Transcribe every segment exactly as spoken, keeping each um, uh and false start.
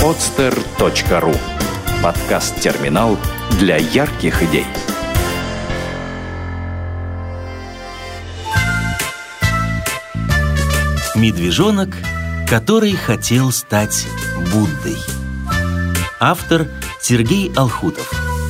подстер точка ру. Подкаст-терминал для ярких идей. Медвежонок, который хотел стать Буддой. Автор Сергей Алхутов.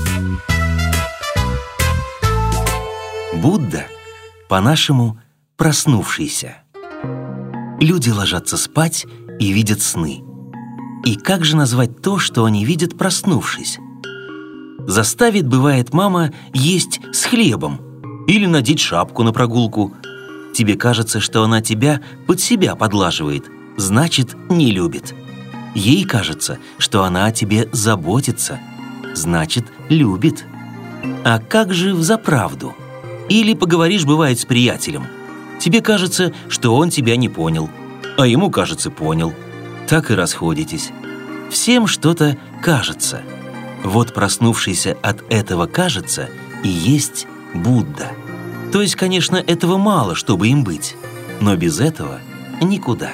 Будда, по-нашему, проснувшийся. Люди ложатся спать и видят сны. И как же назвать то, что они видят, проснувшись? Заставит, бывает, мама есть с хлебом или надеть шапку на прогулку. Тебе кажется, что она тебя под себя подлаживает, значит, не любит. Ей кажется, что она о тебе заботится, значит, любит. А как же взаправду? Или поговоришь, бывает, с приятелем. Тебе кажется, что он тебя не понял, а ему, кажется, понял. Так и расходитесь. Всем что-то кажется. Вот проснувшийся от этого кажется и есть Будда. То есть, конечно, этого мало, чтобы им быть, но без этого никуда.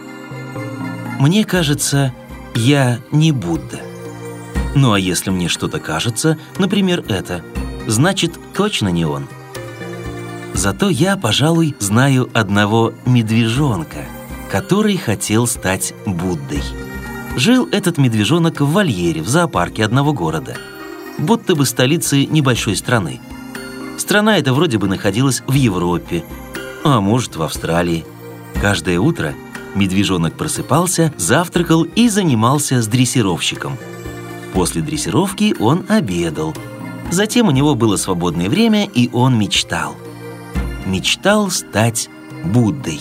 Мне кажется, я не Будда. Ну а если мне что-то кажется, например, это, значит, точно не он. Зато я, пожалуй, знаю одного медвежонка, который хотел стать Буддой. Жил этот медвежонок в вольере в зоопарке одного города, будто бы столицы небольшой страны. Страна эта вроде бы находилась в Европе, а может, в Австралии. Каждое утро медвежонок просыпался, завтракал и занимался с дрессировщиком. После дрессировки он обедал. Затем у него было свободное время, и он мечтал. Мечтал стать Буддой.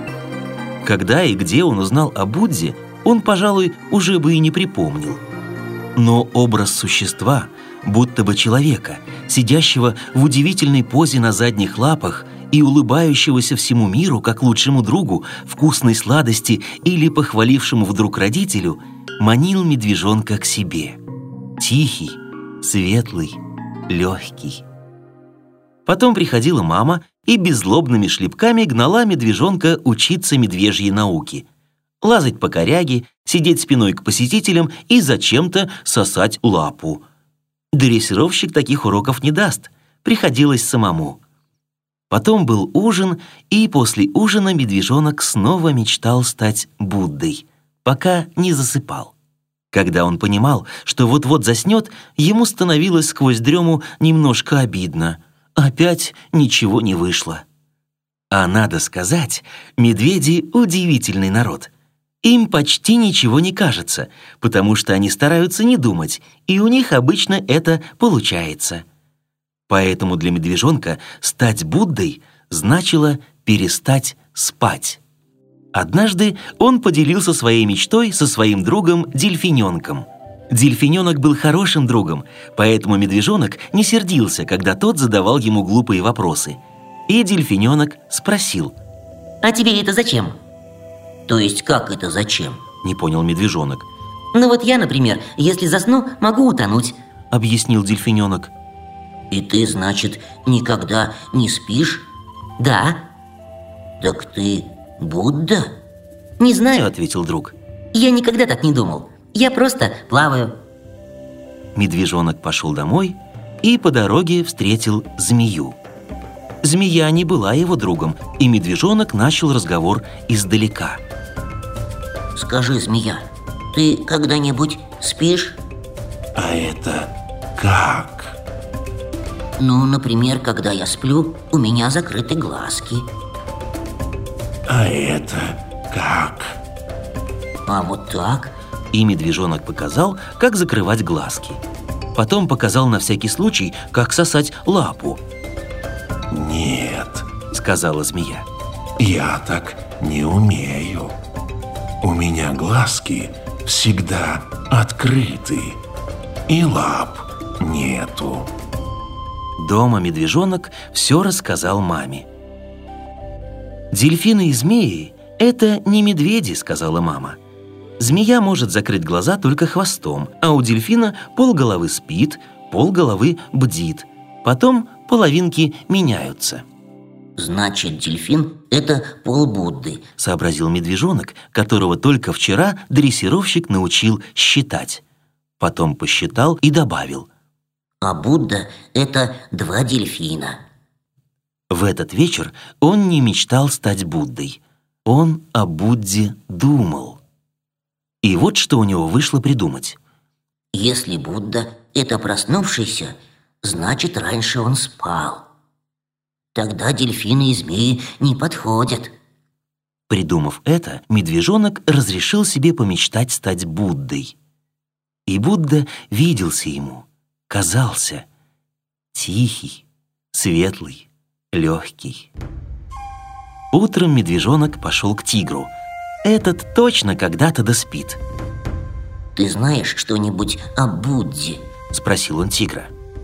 Когда и где он узнал о Будде, он, пожалуй, уже бы и не припомнил. Но образ существа, будто бы человека, сидящего в удивительной позе на задних лапах и улыбающегося всему миру, как лучшему другу, вкусной сладости или похвалившему вдруг родителю, манил медвежонка к себе. Тихий, светлый, легкий. Потом приходила мама и беззлобными шлепками гнала медвежонка учиться медвежьей науке. Лазать по коряге, сидеть спиной к посетителям и зачем-то сосать лапу. Дрессировщик таких уроков не даст, приходилось самому. Потом был ужин, и после ужина медвежонок снова мечтал стать Буддой, пока не засыпал. Когда он понимал, что вот-вот заснет, ему становилось сквозь дрему немножко обидно. Опять ничего не вышло. А надо сказать, медведи – удивительный народ. Им почти ничего не кажется, потому что они стараются не думать, и у них обычно это получается. Поэтому для медвежонка стать Буддой значило перестать спать. Однажды он поделился своей мечтой со своим другом дельфиненком. Дельфиненок был хорошим другом, поэтому медвежонок не сердился, когда тот задавал ему глупые вопросы. И дельфиненок спросил: «А тебе это зачем?» «То есть как это зачем?» – не понял медвежонок. «Ну вот я, например, если засну, могу утонуть», – объяснил дельфиненок. «И ты, значит, никогда не спишь?» «Да». «Так ты Будда?» «Не знаю», – ответил друг. «Я никогда так не думал. Я просто плаваю». Медвежонок пошел домой и по дороге встретил змею. Змея не была его другом, и медвежонок начал разговор издалека. «Скажи, змея, ты когда-нибудь спишь?» «А это как?» «Ну, например, когда я сплю, у меня закрыты глазки». «А это как?» «А вот так». И медвежонок показал, как закрывать глазки. Потом показал на всякий случай, как сосать лапу. «Нет», — сказала змея. «Я так не умею. У меня глазки всегда открыты, и лап нету». Дома медвежонок все рассказал маме. «Дельфины и змеи – это не медведи», – сказала мама. «Змея может закрыть глаза только хвостом, а у дельфина полголовы спит, полголовы бдит. Потом половинки меняются». Значит, дельфин – это полбудды, сообразил медвежонок, которого только вчера дрессировщик научил считать. Потом посчитал и добавил: а Будда – это два дельфина. В этот вечер он не мечтал стать Буддой. Он о Будде думал. И вот что у него вышло придумать. Если Будда – это проснувшийся, значит, раньше он спал. Тогда дельфины и змеи не подходят. Придумав это, медвежонок разрешил себе помечтать стать Буддой. И Будда виделся ему, казался тихий, светлый, легкий. Утром медвежонок пошел к тигру. Этот точно когда-то доспит. «Ты знаешь что-нибудь о Будде?» – спросил он тигра.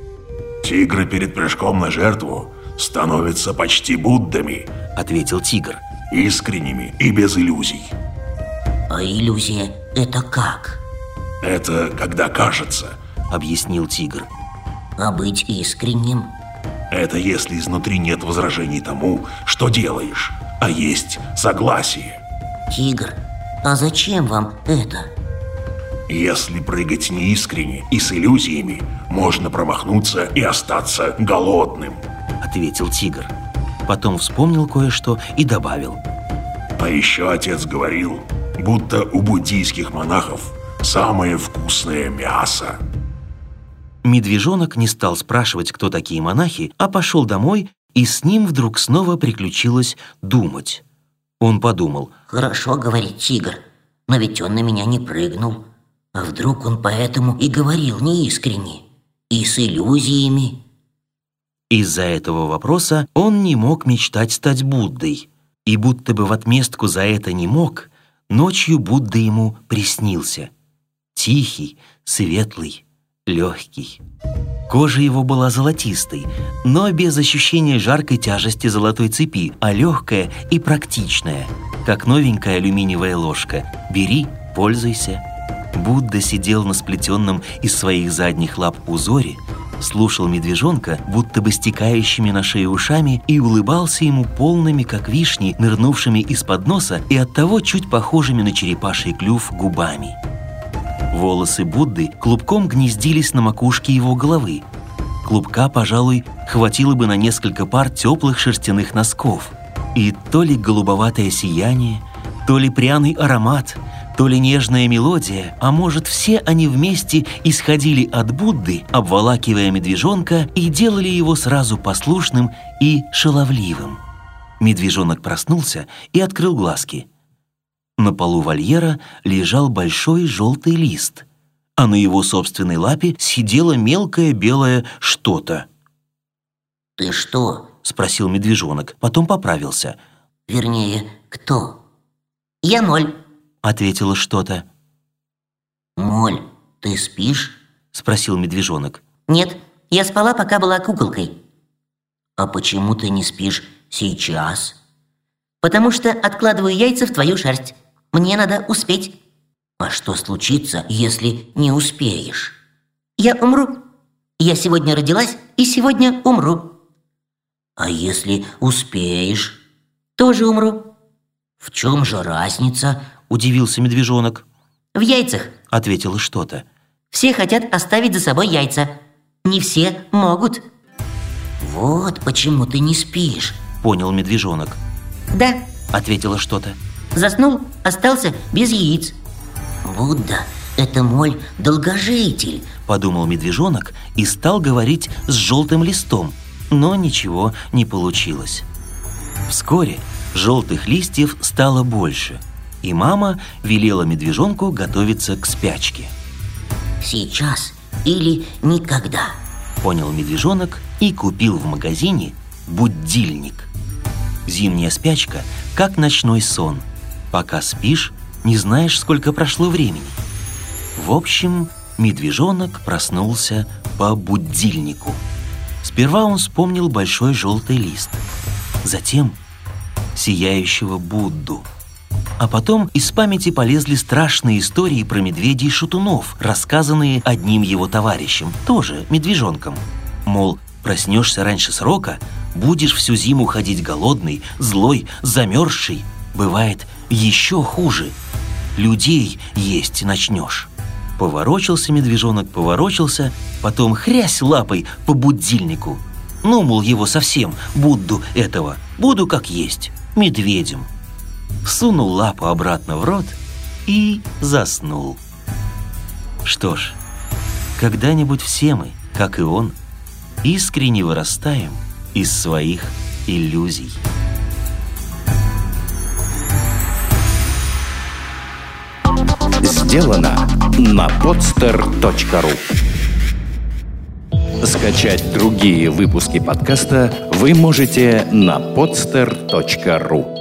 «Тигры перед прыжком на жертву становятся почти Буддами», – ответил тигр. «Искренними и без иллюзий». «А иллюзия – это как?» «Это когда кажется», – объяснил тигр. «А быть искренним?» «Это если изнутри нет возражений тому, что делаешь, а есть согласие». «Тигр, а зачем вам это?» «Если прыгать неискренне и с иллюзиями, можно промахнуться и остаться голодным», – ответил тигр. Потом вспомнил кое-что и добавил: «А еще отец говорил, будто у буддийских монахов самое вкусное мясо». Медвежонок не стал спрашивать, кто такие монахи, а пошел домой, и с ним вдруг снова приключилось думать. Он подумал: «Хорошо, — говорит тигр, — но ведь он на меня не прыгнул. А вдруг он поэтому и говорил неискренне, и с иллюзиями?» Из-за этого вопроса он не мог мечтать стать Буддой. И будто бы в отместку за это не мог, ночью Будда ему приснился. Тихий, светлый, легкий. Кожа его была золотистой, но без ощущения жаркой тяжести золотой цепи, а легкая и практичная, как новенькая алюминиевая ложка. Бери, пользуйся. Будда сидел на сплетенном из своих задних лап узоре, слушал медвежонка, будто бы стекающими на шею ушами, и улыбался ему полными, как вишни, нырнувшими из-под носа и оттого чуть похожими на черепаший клюв губами. Волосы Будды клубком гнездились на макушке его головы. Клубка, пожалуй, хватило бы на несколько пар теплых шерстяных носков. И то ли голубоватое сияние, то ли пряный аромат, то ли нежная мелодия, а может, все они вместе исходили от Будды, обволакивая медвежонка, и делали его сразу послушным и шаловливым. Медвежонок проснулся и открыл глазки. На полу вольера лежал большой желтый лист, а на его собственной лапе сидело мелкое белое что-то. «Ты что?» – спросил медвежонок, потом поправился. «Вернее, кто?» «Я Моль», – ответило что-то. «Моль, ты спишь?» – спросил медвежонок. «Нет, я спала, пока была куколкой». «А почему ты не спишь сейчас?» «Потому что откладываю яйца в твою шерсть. Мне надо успеть». «А что случится, если не успеешь?» «Я умру. Я сегодня родилась и сегодня умру». «А если успеешь?» «Тоже умру». «В чем же разница?» – удивился медвежонок. «В яйцах», – ответило что-то. «Все хотят оставить за собой яйца. Не все могут». «Вот почему ты не спишь», – понял медвежонок. «Да», – ответило что-то. «Заснул, остался без яиц». «Будда – это Моль долгожитель», – подумал медвежонок и стал говорить с желтым листом, но ничего не получилось. Вскоре желтых листьев стало больше, и мама велела медвежонку готовиться к спячке. «Сейчас или никогда», – понял медвежонок и купил в магазине будильник. Зимняя спячка, как ночной сон. Пока спишь, не знаешь, сколько прошло времени. В общем, медвежонок проснулся по будильнику. Сперва он вспомнил большой желтый лист, затем сияющего Будду. А потом из памяти полезли страшные истории про медведей-шутунов, рассказанные одним его товарищем, тоже медвежонком. Мол, Проснешься раньше срока, будешь всю зиму ходить голодный, злой, замерзший. Бывает еще хуже. Людей есть начнешь. Поворочился медвежонок, поворочился, потом хрясь лапой по будильнику. Ну, мол, его совсем, Будду этого, буду как есть, медведем. Сунул лапу обратно в рот и заснул. Что ж, когда-нибудь все мы, как и он, искренне вырастаем из своих иллюзий. Сделано на подстер точка ру. Скачать другие выпуски подкаста вы можете на подстер точка ру.